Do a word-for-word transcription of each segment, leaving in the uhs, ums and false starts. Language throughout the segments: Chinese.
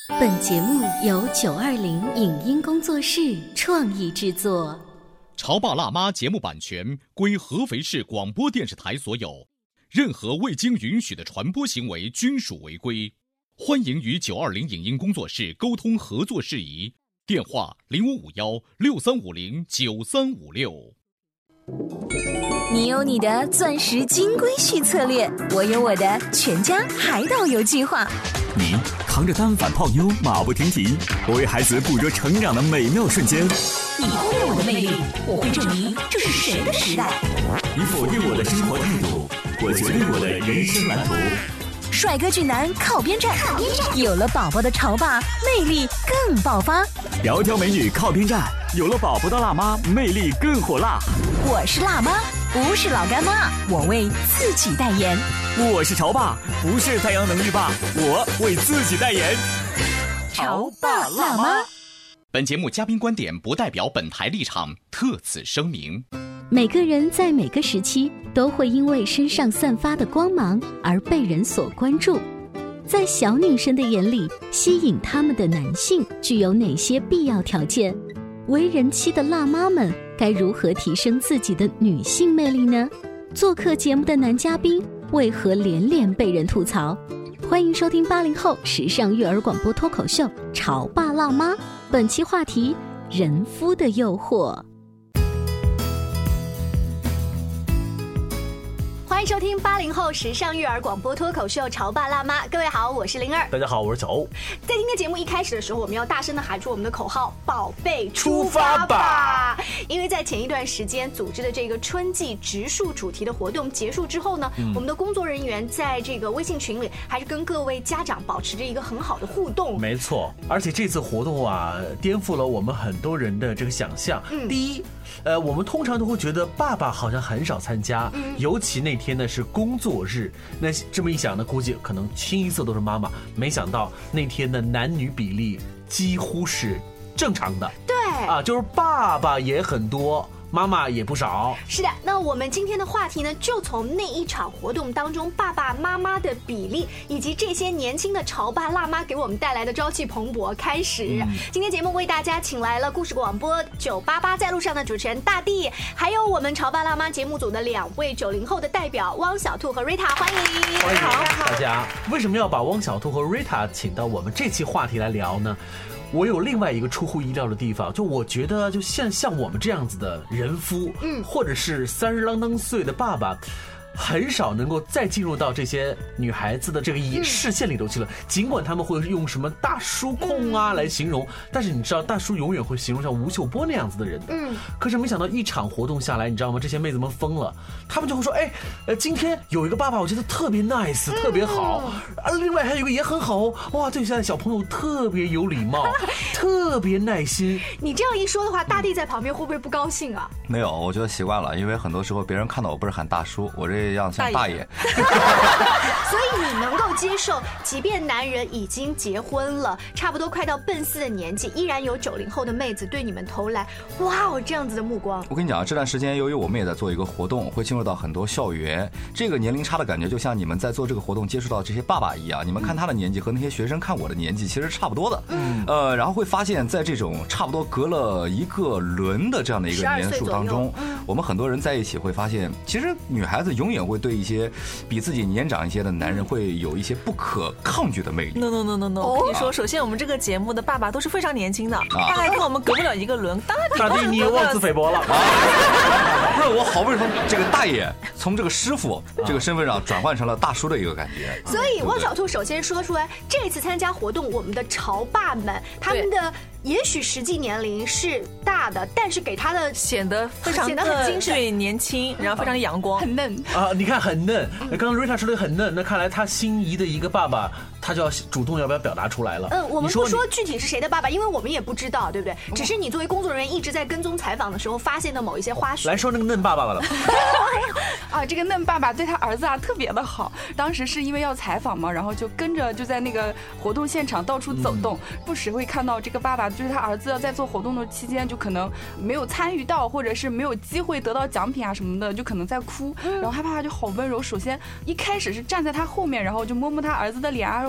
本节目由九二零影音工作室创意制作。 潮爸辣妈节目版权归合肥市广播电视台所有，任何未经允许的传播行为均属违规。欢迎与九二零影音工作室沟通合作事宜，电话零五五幺六三五零九三五六。 你有你的钻石金龟婿策略，我有我的全家海岛游计划。 你扛着单反泡妞马不停蹄，我为孩子捕捉成长的美妙瞬间。 你忽略我的魅力，我会证明这是谁的时代。 你否定我的生活态度，我决定我的人生蓝图。 帅哥俊男靠边站，有了宝宝的潮爸魅力更爆发。 窈窕美女靠边站，有了宝宝的辣妈魅力更火辣。 我是辣妈，不是老干妈，我为自己代言。 我是潮爸，不是太阳能浴霸，我为自己代言。 潮爸辣妈。 本节目嘉宾观点不代表本台立场，特此声明。 每个人在每个时期都会因为身上散发的光芒而被人所关注。在小女生的眼里，吸引她们的男性具有哪些必要条件？为人妻的辣妈们该如何提升自己的女性魅力呢？做客节目的男嘉宾为何连连被人吐槽？欢迎收听八零后时尚育儿广播脱口秀《潮爸辣妈》，本期话题：人夫的诱惑。 欢迎收听八零后时尚育儿广播脱口秀《潮爸辣妈》，各位好，我是灵儿。 大家好，我是小欧。 在今天节目一开始的时候，我们要大声的喊出我们的口号：宝贝出发吧！因为在前一段时间组织的这个春季植树主题的活动结束之后呢，嗯、我们的工作人员在这个微信群里还是跟各位家长保持着一个很好的互动。 没错，而且这次活动啊，颠覆了我们很多人的这个想象。嗯、第一，呃，我们通常都会觉得爸爸好像很少参加，嗯、尤其那天呢是工作日，那这么一想呢，估计可能清一色都是妈妈。没想到那天的男女比例几乎是正常的。 对啊，就是爸爸也很多，妈妈也不少。 是的，那我们今天的话题呢，就从那一场活动当中爸爸妈妈的比例，以及这些年轻的潮爸辣妈给我们带来的朝气蓬勃开始。嗯、今天节目为大家请来了故事广播九八八在路上的主持人大地，还有我们潮爸辣妈节目组的两位九零后的代表汪小兔和 Rita， 欢迎， 欢迎大家。为什么要把汪小兔和 Rita 请到我们这期话题来聊呢？我有另外一个出乎意料的地方，就我觉得就像像我们这样子的人夫，嗯，或者是三十啷当岁的爸爸，很少能够再进入到这些女孩子的这个视线里头去了。嗯、尽管他们会用什么大叔控啊来形容，嗯、但是你知道，大叔永远会形容像吴秀波那样子的人的。嗯，可是没想到一场活动下来，你知道吗？这些妹子们疯了，他们就会说：“哎，呃，今天有一个爸爸，我觉得特别 nice，、嗯、特别好。啊，另外还有一个也很好哦，哇，对现在小朋友特别有礼貌，特别耐心。” 你这样一说的话，大地在旁边会不会不高兴啊？ 没有，我觉得习惯了，因为很多时候别人看到我不是喊大叔，我这样像大爷。 所以你能够接受，即便男人已经结婚了，差不多快到奔四的年纪，依然有九零后的妹子对你们投来哇哦这样子的目光。 我跟你讲，这段时间由于我们也在做一个活动，会进入到很多校园，这个年龄差的感觉就像你们在做这个活动接触到这些爸爸一样，你们看他的年纪和那些学生看我的年纪其实差不多的。嗯，呃，然后会发现在这种差不多隔了一个轮的这样的一个年数当中，我们很多人在一起会发现，其实女孩子永远会对一些比自己年长一些的男人会有一些不可抗拒的魅力。 No no no no no， 我跟你说，首先我们这个节目的爸爸都是非常年轻的，他还跟我们隔不了一个轮。 大地你也妄自菲薄了。 不是，我好不容易从这个大爷从这个师傅这个身份上转换成了大叔的一个感觉。 所以汪小兔首先说出来，这次参加活动，我们的潮爸们他们的也许实际年龄是大的，但是给他的显得非常显得很精神， 对，年轻，然后非常的阳光， 很嫩啊！你看很嫩，刚刚 Rita 说的很嫩，那看来他心仪的一个爸爸，他就要主动要不要表达出来了。 嗯，我们不说具体是谁的爸爸，因为我们也不知道，对不对？只是你作为工作人员一直在跟踪采访的时候发现的某一些花絮。 来说那个嫩爸爸了。 啊，这个嫩爸爸对他儿子啊特别的好。当时是因为要采访嘛，然后就跟着就在那个活动现场到处走动，嗯、不时会看到这个爸爸，就是他儿子要在做活动的期间，就可能没有参与到，或者是没有机会得到奖品啊什么的，就可能在哭。嗯、然后他爸爸就好温柔，首先一开始是站在他后面，然后就摸摸他儿子的脸啊，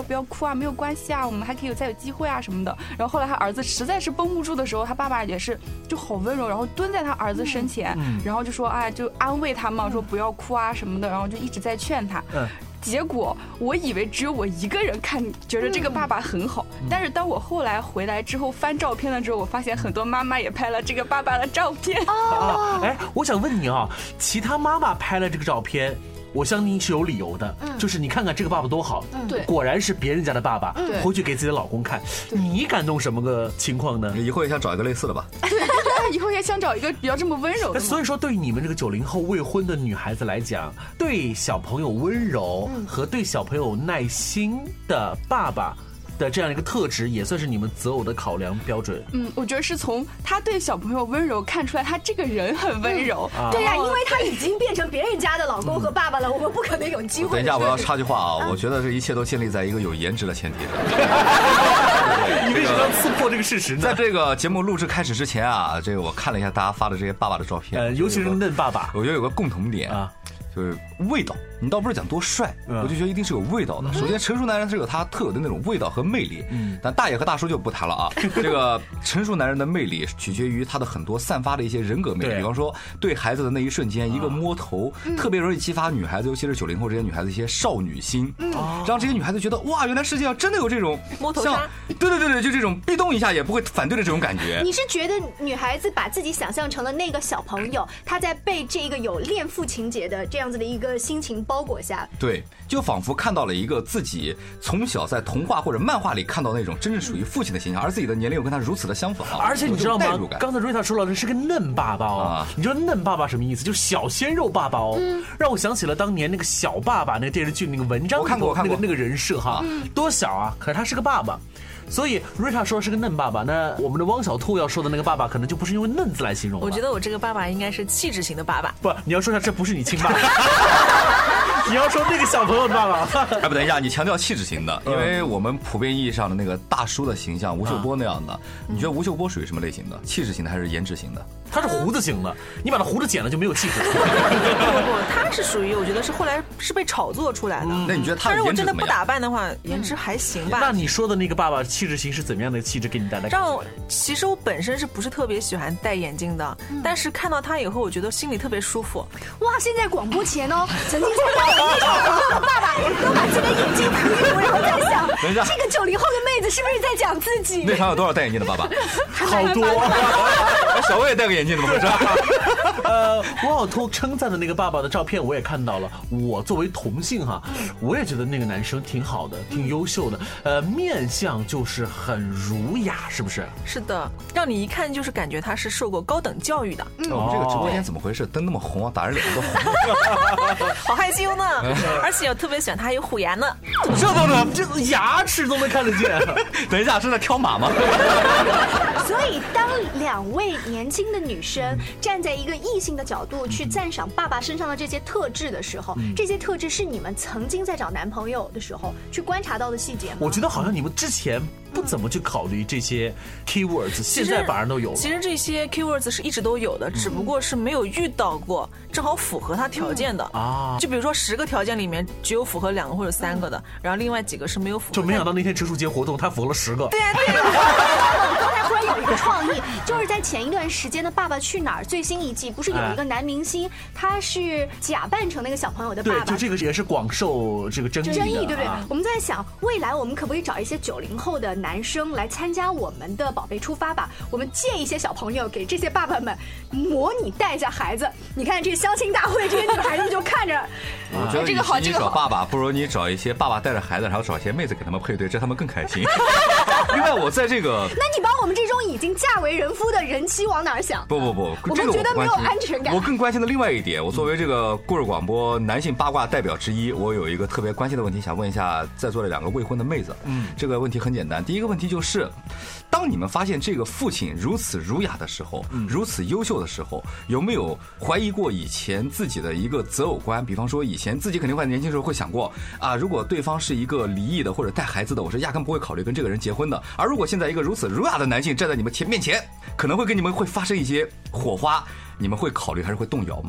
说不要哭啊，没有关系啊，我们还可以有再有机会啊什么的。然后后来他儿子实在是绷不住的时候，他爸爸也是就好温柔，然后蹲在他儿子身前，嗯、然后就说哎，就安慰他嘛，说不要哭啊什么的，然后就一直在劝他。嗯，结果我以为只有我一个人看觉得这个爸爸很好，嗯、但是当我后来回来之后翻照片了之后，我发现很多妈妈也拍了这个爸爸的照片。 哦，哎，我想问你啊，其他妈妈拍了这个照片，我相信是有理由的，嗯、就是你看看这个爸爸多好，嗯、对，果然是别人家的爸爸，嗯、回去给自己的老公看，你感动什么个情况呢？ 以后也想找一个类似的吧。 以后也想找一个比较这么温柔的。 所以说，对于你们这个九零后未婚的女孩子来讲，对小朋友温柔和对小朋友耐心的爸爸的这样一个特质，也算是你们择偶的考量标准。 嗯，我觉得是从他对小朋友温柔看出来，他这个人很温柔。 嗯啊、对呀、啊，因为他已经变成别人家的老公和爸爸了，嗯、我们不可能有机会。 等一下，我要插句话啊，我觉得这一切都建立在一个有颜值的前提上。 你为什么要刺破这个事实呢？ 在这个节目录制开始之前啊，这个我看了一下大家发的这些爸爸的照片， 呃，尤其是嫩爸爸， 我觉得有个共同点啊，就是味道。你倒不是讲多帅，嗯、我就觉得一定是有味道的。嗯、首先，成熟男人是有他特有的那种味道和魅力，嗯，但大爷和大叔就不谈了啊。这个成熟男人的魅力取决于他的很多散发的一些人格魅力，比方说对孩子的那一瞬间，一个摸头，嗯、特别容易激发女孩子，尤其是九零后这些女孩子一些少女心，嗯、让这些女孩子觉得哇，原来世界上真的有这种摸头杀， 对对对对，就这种壁咚一下也不会反对的这种感觉。 你是觉得女孩子把自己想象成了那个小朋友，她在被这个有恋父情节的这样子的一个心情包裹下？ 对。对，就仿佛看到了一个自己从小在童话或者漫画里看到那种真正属于父亲的形象，而自己的年龄又跟他如此的相仿。 而且你知道吗？刚才瑞塔说了，这是个嫩爸爸哦。啊、你知道嫩爸爸什么意思？就是小鲜肉爸爸哦。嗯、让我想起了当年那个小爸爸那个电视剧那个文章， 我看过，我看过那个那个人设哈，嗯、多小啊！可是他是个爸爸。所以瑞塔说是个嫩爸爸，那我们的汪小兔要说的那个爸爸，可能就不是用嫩字来形容了。 我觉得我这个爸爸应该是气质型的爸爸。 不，你要说一下，这不是你亲爸爸。你要说那个小朋友的爸爸。 哎，不，等一下，你强调气质型的，因为我们普遍意义上的那个大叔的形象，吴秀波那样的，你觉得吴秀波属于什么类型的？气质型的还是颜值型的？ 他是胡子型的，你把他胡子剪了就没有气质。 不不不，他是属于我觉得是后来是被炒作出来的。 嗯、那你觉得他的颜值怎么样？他如果真的不打扮的话，颜值还行吧。 那你说的那个爸爸气质型是怎么样的气质给你带来？ 让其实我本身是不是特别喜欢戴眼镜的，嗯、但是看到他以后，我觉得心里特别舒服。 哇！现在广播前哦，曾经参加我们那场的爸爸都把这个眼镜涂一涂，然后在想，等一下，这个九零后的妹子是不是在讲自己？ 那场有多少戴眼镜的爸爸？ 好多。 小魏也戴个眼镜，怎么回事？ 呃，汪小兔称赞的那个爸爸的照片我也看到了。我作为同性哈，我也觉得那个男生挺好的，挺优秀的。呃，面相就是很儒雅，是不是？ 是的，让你一看就是感觉他是受过高等教育的。 嗯、我们这个直播间怎么回事？灯那么红啊，打人脸都红。 好害羞呢，而且我特别喜欢他有虎牙呢。 这都能，这牙齿都能看得见。 等一下，是在挑马吗？ 所以，当两位年轻的女生站在一个异性的角度去赞赏爸爸身上的这些特质的时候，嗯、这些特质是你们曾经在找男朋友的时候去观察到的细节吗？ 我觉得好像你们之前不怎么去考虑这些 keywords， 现在反而都有了。 其实这些 keywords 是一直都有的，只不过是没有遇到过正好符合他条件的、嗯、啊。就比如说十个条件里面只有符合两个或者三个的，嗯、然后另外几个是没有符合。 就没想到那天植树节活动他符合了十个。 对啊对啊。刚才忽然有一个创意，就是在前一段时间的《爸爸去哪儿》最新一季，不是有一个男明星，他是假扮成那个小朋友的爸爸。 对，就这个也是广受这个争议的。 争议对不对？啊、我们在想，未来我们可不可以找一些九零后的男生来参加我们的《宝贝出发吧》？我们借一些小朋友给这些爸爸们模拟带一下孩子。你看这相亲大会，这些女孩子就看着， 我觉得这个好，这个好。找爸爸不如你找一些爸爸带着孩子，然后找一些妹子给他们配对，这他们更开心。另外，我在这个， 那你把我们这种已经嫁为人夫的人妻往哪儿想？ 不不不， 我们觉得没有安全感。 我更关心的另外一点，我作为这个故事广播男性八卦代表之一，我有一个特别关心的问题，想问一下在座的两个未婚的妹子。嗯，这个问题很简单，第一个问题就是，当你们发现这个父亲如此儒雅的时候，嗯、如此优秀的时候，有没有怀疑过以前自己的一个择偶观？比方说，以前自己肯定在年轻时候会想过啊，如果对方是一个离异的或者带孩子的，我是压根不会考虑跟这个人结婚的。而如果现在一个如此儒雅的男性站在你们前面前，可能会跟你们会发生一些火花，你们会考虑还是会动摇吗？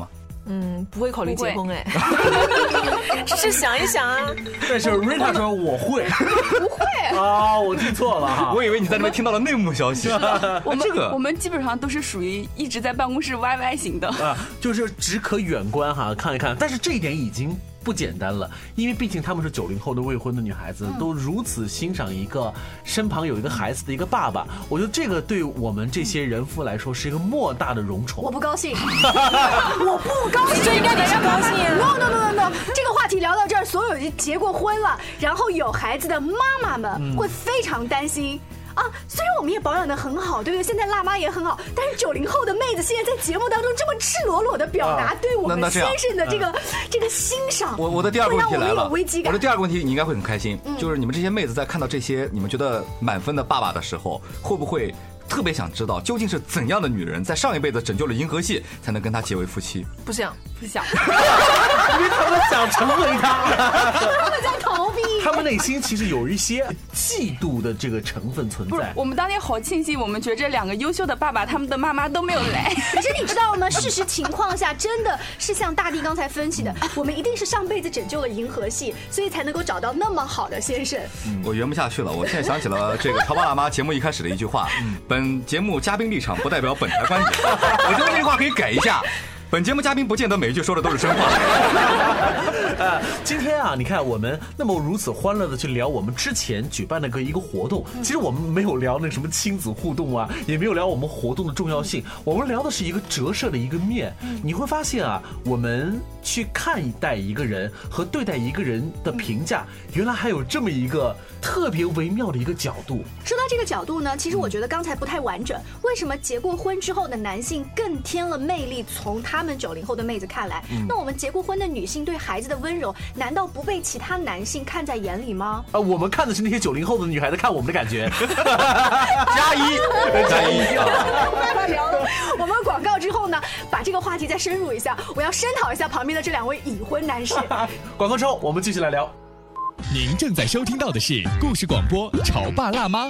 嗯，不会考虑结婚哎，是想一想啊。 但是 Rita 说我会， 不会啊，我听错了哈， 我以为你在那边听到了内幕消息。 我们这个我们基本上都是属于一直在办公室 Y Y 型的啊，就是只可远观哈，看一看。但是这一点已经不简单了，因为毕竟他们是九零后的未婚的女孩子，都如此欣赏一个身旁有一个孩子的一个爸爸，我觉得这个对我们这些人夫来说是一个莫大的荣宠。 我不高兴，我不高兴， 这应该给他高兴。 No no no no no， 这个话题聊到这儿，所有已经结过婚了，然后有孩子的妈妈们会非常担心。啊，虽然我们也保养得很好，对不对？现在辣妈也很好，但是九零后的妹子现在在节目当中这么赤裸裸的表达对我们先生的这个、嗯、这个欣赏， 我我的第二个问题来了， 有危机感。 我的第二个问题你应该会很开心，嗯、就是你们这些妹子在看到这些你们觉得满分的爸爸的时候，会不会特别想知道究竟是怎样的女人在上一辈子拯救了银河系，才能跟他结为夫妻？ 不想， 不想， 因为他们想成为他， 他们在逃避。 他们内心其实有一些嫉妒的这个成分存在。 不是，我们当天好庆幸，我们觉得这两个优秀的爸爸，他们的妈妈都没有来。 可是你知道吗？事实情况下，真的是像大地刚才分析的，我们一定是上辈子拯救了银河系，所以才能够找到那么好的先生。 嗯、我圆不下去了，我现在想起了这个《潮爸辣妈》节目一开始的一句话：嗯、本节目嘉宾立场不代表本台观点。我觉得这句话可以改一下。本节目嘉宾不见得每一句说的都是真话。 呃，今天啊，你看我们那么如此欢乐的去聊我们之前举办的个一个活动，其实我们没有聊那什么亲子互动啊，也没有聊我们活动的重要性，我们聊的是一个折射的一个面。你会发现啊，我们去看待一个人和对待一个人的评价，原来还有这么一个特别微妙的一个角度。 说到这个角度呢，其实我觉得刚才不太完整。为什么结过婚之后的男性更添了魅力？从他们九零后的妹子看来，嗯、那我们结过婚的女性对孩子的温柔，难道不被其他男性看在眼里吗？ 啊，我们看的是那些九零后的女孩子看我们的感觉。 加一，加一。 我们广告之后呢，把这个话题再深入一下，我要声讨一下旁边的这两位已婚男士。 广告之后，我们继续来聊。 您正在收听到的是故事广播《潮爸辣妈》。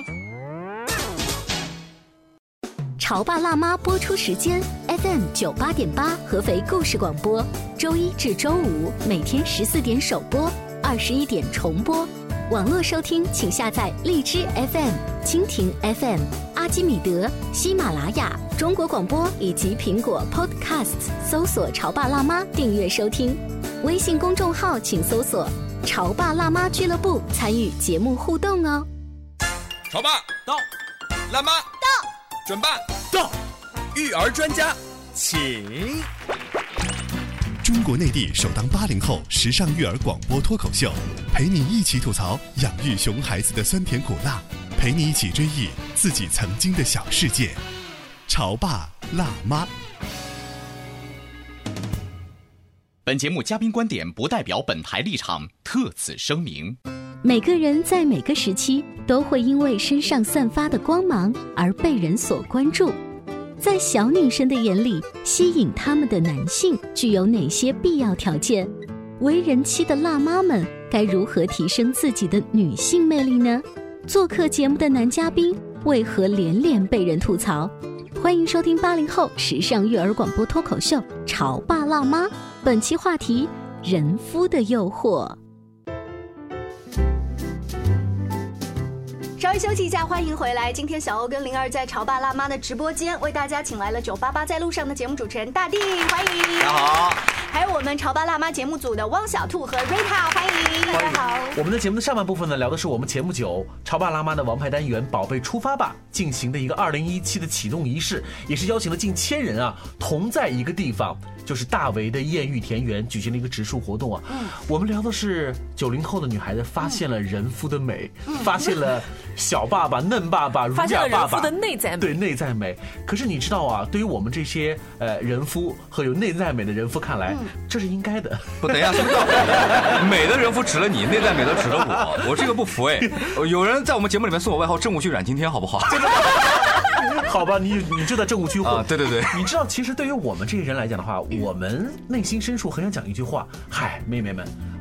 潮爸辣妈播出时间 F M 九八点八合肥故事广播，周一至周五每天十四点首播，二十一点重播。网络收听请下载荔枝 F M、蜻蜓 F M、阿基米德、喜马拉雅、中国广播以及苹果 Podcasts 搜索潮爸辣妈订阅收听。微信公众号请搜索潮爸辣妈俱乐部，参与节目互动哦。 潮爸到，辣妈到， 准爸到， 育儿专家请。 中国内地首档八零后时尚育儿广播脱口秀，陪你一起吐槽养育熊孩子的酸甜苦辣，陪你一起追忆自己曾经的小世界。潮爸辣妈。 本节目嘉宾观点不代表本台立场，特此声明。 每个人在每个时期都会因为身上散发的光芒而被人所关注。在小女生的眼里，吸引她们的男性具有哪些必要条件？为人妻的辣妈们该如何提升自己的女性魅力呢？做客节目的男嘉宾为何连连被人吐槽？欢迎收听八零后时尚育儿广播脱口秀《潮爸辣妈》，本期话题：人夫的诱惑。 稍微休息一下，欢迎回来。今天小欧跟灵儿在潮爸辣妈的直播间为大家请来了九八八在路上的节目主持人大地，欢迎。 大家好。 还有我们潮爸辣妈节目组的汪小兔和 Rita， 欢迎。大家好。 我们的节目的上半部分呢，聊的是我们节目九潮爸辣妈的王牌单元宝贝出发吧进行的一个二零一七的启动仪式，也是邀请了近千人啊同在一个地方，就是大围的艳遇田园举行了一个植树活动啊。嗯，我们聊的是九零后的女孩子发现了人夫的美，嗯、发现了小爸爸、嫩爸爸、儒雅爸爸的内在美， 对内在美。可是你知道啊，对于我们这些呃人夫和有内在美的人夫看来，嗯、这是应该的。 不，等一下，什么叫美的人夫指了你，内在美的指了我？我这个不服哎！有人在我们节目里面送我外号“政务区冉晴天”，好不好？ 好吧，你你就在政务区混啊？对对对。 你知道，其实对于我们这些人来讲的话，我们内心深处很想讲一句话：嗨，妹妹们，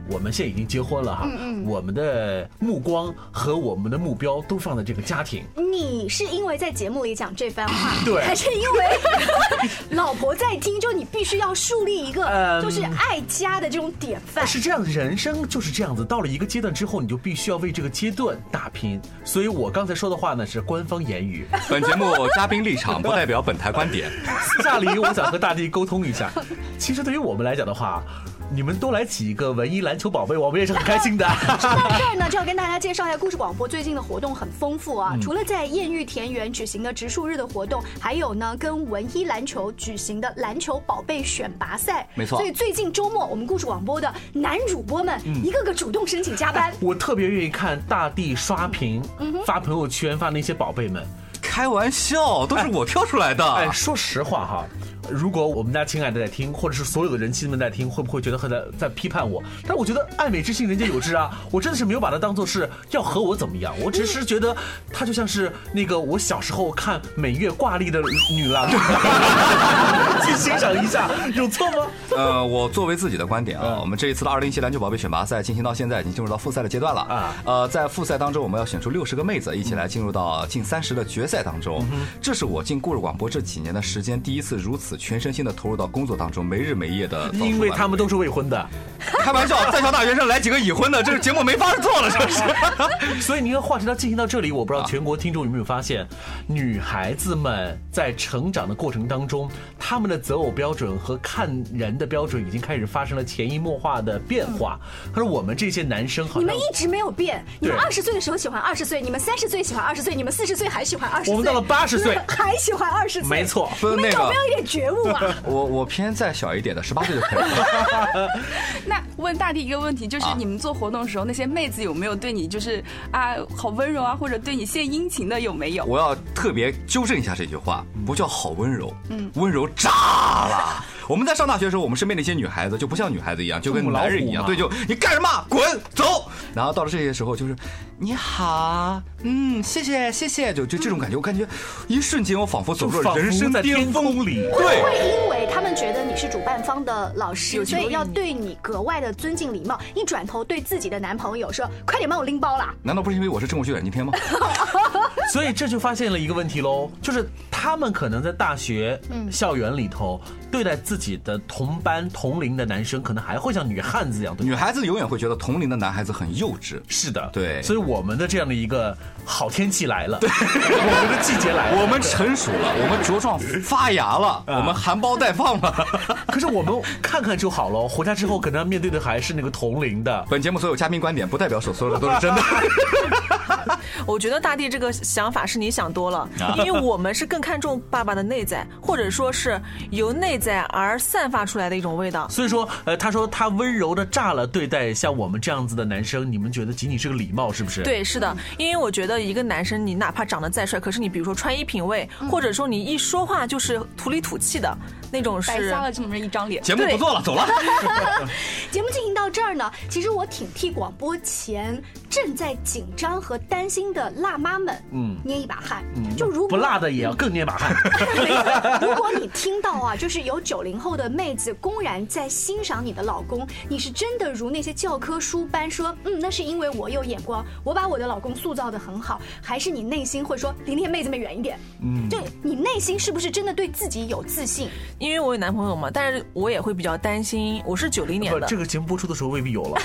我们现在已经结婚了哈，嗯嗯，我们的目光和我们的目标都放在这个家庭。 你是因为在节目里讲这番话， 对， 还是因为老婆在听？就你必须要树立一个就是爱家的这种典范。 是这样，人生就是这样子，到了一个阶段之后，你就必须要为这个阶段打拼。所以我刚才说的话呢是官方言语。 本节目嘉宾立场不代表本台观点。 私下里我想和大地沟通一下，其实对于我们来讲的话，你们多来几个文艺篮球宝贝，我们也是很开心的。 说到这儿呢，就要跟大家介绍一下故事广播最近的活动很丰富啊。嗯、除了在艳遇田园举行的植树日的活动，还有呢跟文一篮球举行的篮球宝贝选拔赛。 没错。 所以最近周末我们故事广播的男主播们、嗯、一个个主动申请加班。 我特别愿意看大地刷屏、嗯、发朋友圈发那些宝贝们。 开玩笑，都是我挑出来的。 哎，说实话哈。如果我们家亲爱的在听，或者是所有的人妻们在听，会不会觉得很在在批判我？但是我觉得爱美之心人皆有之啊，我真的是没有把它当作是要和我怎么样，我只是觉得它就像是那个我小时候看美月挂历的女郎，去欣赏一下，有错吗？ 呃，我作为自己的观点啊，我们这一次的二零一七篮球宝贝选拔赛进行到现在，已经进入到复赛的阶段了啊。呃，在复赛当中，我们要选出六十个妹子，一起来进入到近三十的决赛当中。嗯、这是我进故事广播这几年的时间第一次如此全身心的投入到工作当中，没日没夜的。 因为他们都是未婚的。 开玩笑，在校大学生来几个已婚的，这个节目没法做了，是不是？ 所以你看话题到进行到这里，我不知道全国听众有没有发现，女孩子们在成长的过程当中，她们的择偶标准和看人的标准已经开始发生了潜移默化的变化。可是我们这些男生好像你们一直没有变，你们二十岁的时候喜欢二十岁，你们三十岁喜欢二十岁，你们四十岁还喜欢二十岁， 我们到了八十岁还喜欢二十岁， 没错。 你们有没有一点觉悟啊？ 我我偏再小一点的，十八岁就可以了。 那问大地一个问题，就是你们做活动的时候，那些妹子有没有对你就是啊好温柔啊，或者对你献殷勤的有没有？ 我要特别纠正一下这句话，不叫好温柔，嗯，温柔炸了。我们在上大学的时候，我们身边的一些女孩子就不像女孩子一样，就跟男人一样，对，就你干什么滚走。然后到了这些时候，就是你好，嗯，谢谢谢谢，就就这种感觉，我感觉一瞬间我仿佛走入了人生的巅峰里。 对，会因为他们觉得你是主办方的老师，所以要对你格外的尊敬礼貌。一转头对自己的男朋友说：“快点帮我拎包啦！” 难道不是因为我是郑国学阮经天吗？ 所以这就发现了一个问题喽，就是他们可能在大学、嗯、校园里头对待自己的同班同龄的男生，可能还会像女汉子一样。 女孩子永远会觉得同龄的男孩子很幼稚。 是的， 对。 所以我们的这样的一个好天气来了，我们的季节来了， 我们成熟了，我们茁壮发芽了，我们含苞待放了。 可是我们看看就好了，回家之后可能要面对的还是那个同龄的。 本节目所有嘉宾观点不代表所说的都是真的。 我觉得大地这个想法是你想多了，因为我们是更看重爸爸的内在，或者说是由内在而散发出来的一种味道。 所以说，呃，他说他温柔的炸了对待像我们这样子的男生，你们觉得仅仅是个礼貌，是不是？ 对，是的，因为我觉得一个男生，你哪怕长得再帅，可是你比如说穿衣品味，嗯、或者说你一说话就是土里土气的那种是， 白瞎了这么一张脸。 节目不做了，走了。 节目进行到这儿呢，其实我挺替广播前正在紧张和担心的辣妈们，嗯，捏一把汗。嗯，就如果不辣的也要更捏把汗。 如果你听到啊，就是有九零后的妹子公然在欣赏你的老公，你是真的如那些教科书般说，嗯，那是因为我有眼光，我把我的老公塑造得很好，还是你内心会说，离那些妹子们远一点？嗯，就你内心是不是真的对自己有自信？ 因为我有男朋友嘛，但是我也会比较担心，我是九零年的， 这个节目播出的时候未必有了。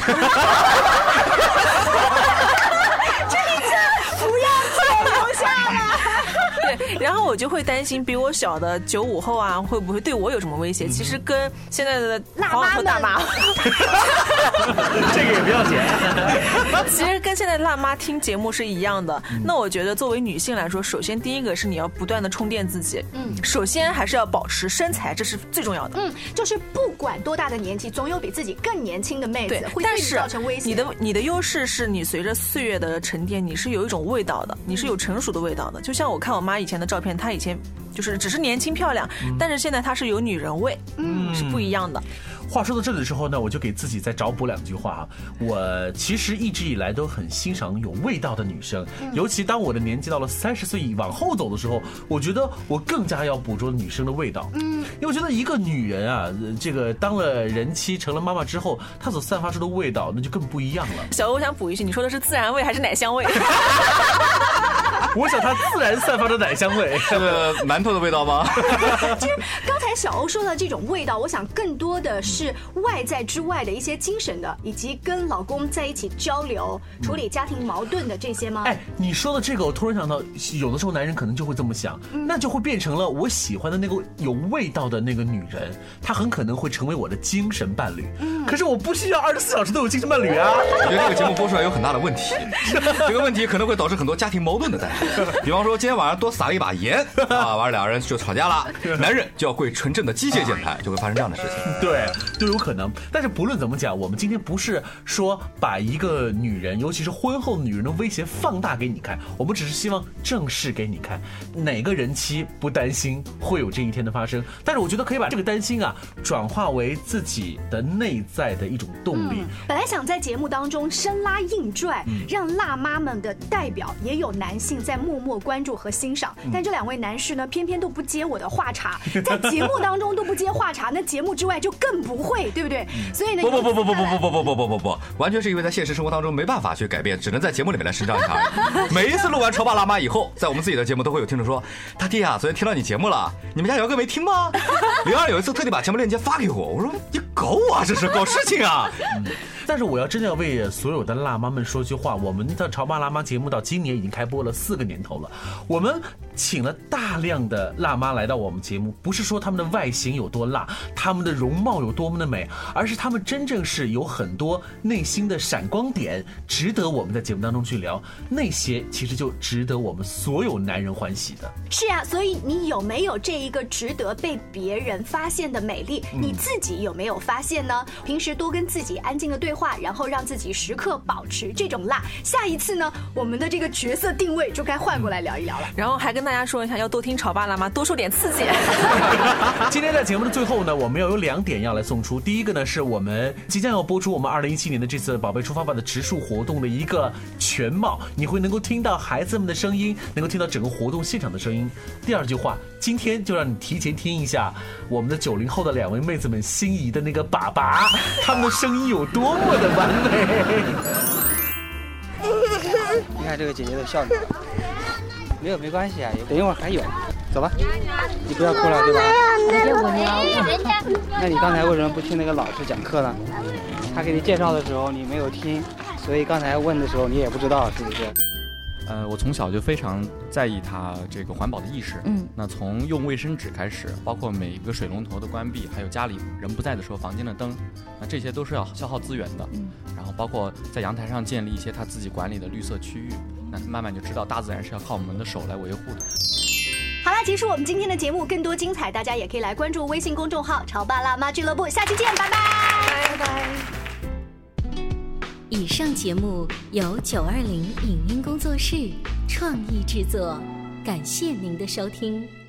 然后我就会担心比我小的九五后啊，会不会对我有什么威胁？嗯、其实跟现在的辣妈们大妈， 这个也不要紧。 其实跟现在的辣妈听节目是一样的。嗯、那我觉得作为女性来说，首先第一个是你要不断的充电自己。嗯，首先还是要保持身材，这是最重要的。 嗯，就是不管多大的年纪，总有比自己更年轻的妹子会对你造成威胁。 你的你的优势是你随着岁月的沉淀，你是有一种味道的，你是有成熟的味道的。就像我看我妈以前的照片，她以前就是只是年轻漂亮，嗯、但是现在她是有女人味，嗯，是不一样的。 话说到这里的时候呢，我就给自己再找补两句话啊。我其实一直以来都很欣赏有味道的女生，嗯、尤其当我的年纪到了三十岁往后走的时候，我觉得我更加要捕捉女生的味道。嗯，因为我觉得一个女人啊，这个当了人妻、成了妈妈之后，她所散发出的味道那就更不一样了。 小欧，我想补一句，你说的是自然味还是奶香味？ 我想她自然散发着奶香味， 这个馒头的味道吗？ 其实刚才小欧说的这种味道，我想更多的是外在之外的一些精神的，以及跟老公在一起交流、处理家庭矛盾的这些吗？ 哎，你说的这个，我突然想到，有的时候男人可能就会这么想，嗯、那就会变成了我喜欢的那个有味道的那个女人，她很可能会成为我的精神伴侣。嗯、可是我不需要二十四小时都有精神伴侣啊！ 我觉得这个节目播出来有很大的问题，这个问题可能会导致很多家庭矛盾的诞生。比方说，今天晚上多撒了一把盐啊，完了两人就吵架了，男人就要跪纯正的机械键盘，就会发生这样的事情。 对，都有可能。但是不论怎么讲，我们今天不是说把一个女人，尤其是婚后女人的威胁放大给你看，我们只是希望正视给你看，哪个人妻不担心会有这一天的发生？但是我觉得可以把这个担心啊，转化为自己的内在的一种动力。 嗯、本来想在节目当中生拉硬拽，嗯、让辣妈们的代表也有男性在默默关注和欣赏，嗯、但这两位男士呢，偏偏都不接我的话茬，在节目当中都不接话茬，那节目之外就更不会，对不对？嗯、所以呢， 不不不不不不不不不不不不不，完全是因为在现实生活当中没办法去改变，只能在节目里面来伸张一下。每一次录完《潮爸辣妈》以后，在我们自己的节目都会有听众说：“大弟啊，昨天听到你节目了，你们家姚哥没听吗？”刘二有一次特地把节目链接发给我，我说：“你搞啊，这是搞事情啊！” 嗯、但是我要真的要为所有的辣妈们说句话，我们的《潮爸辣妈》节目到今年已经开播了四个年头了，我们请了大量的辣妈来到我们节目，不是说他们的外形有多辣，他们的容貌有多么的美，而是他们真正是有很多内心的闪光点，值得我们在节目当中去聊，那些其实就值得我们所有男人欢喜的。 是啊，所以你有没有这一个值得被别人发现的美丽？你自己有没有发现呢？平时多跟自己安静的对话，然后让自己时刻保持这种辣。下一次呢，我们的这个角色定位就该换过来聊一聊了。 然后还跟大家说一下，要多听潮爸辣妈，多说点刺激。 今天在节目的最后呢，我们要有两点要来送出。第一个呢，是我们即将要播出我们二零一七年的这次宝贝出发吧的植树活动的一个全貌，你会能够听到孩子们的声音，能够听到整个活动现场的声音。第二句话，今天就让你提前听一下我们的九零后的两位妹子们心仪的那个爸爸，他们的声音有多么的完美。 你看这个姐姐都笑你了，没有没关系啊，等一会儿还有，走吧，你不要哭了对吧？那你刚才为什么不听那个老师讲课呢？他给你介绍的时候你没有听，所以刚才问的时候你也不知道，是不是？ 呃，我从小就非常在意它这个环保的意识。嗯，那从用卫生纸开始，包括每一个水龙头的关闭，还有家里人不在的时候房间的灯，那这些都是要消耗资源的。嗯，然后包括在阳台上建立一些他自己管理的绿色区域，那慢慢就知道大自然是要靠我们的手来维护的。 好啦，结束我们今天的节目，更多精彩大家也可以来关注微信公众号潮爸辣妈俱乐部，下期见，拜拜，拜拜。 以上节目由九二零影音工作室创意制作，感谢您的收听。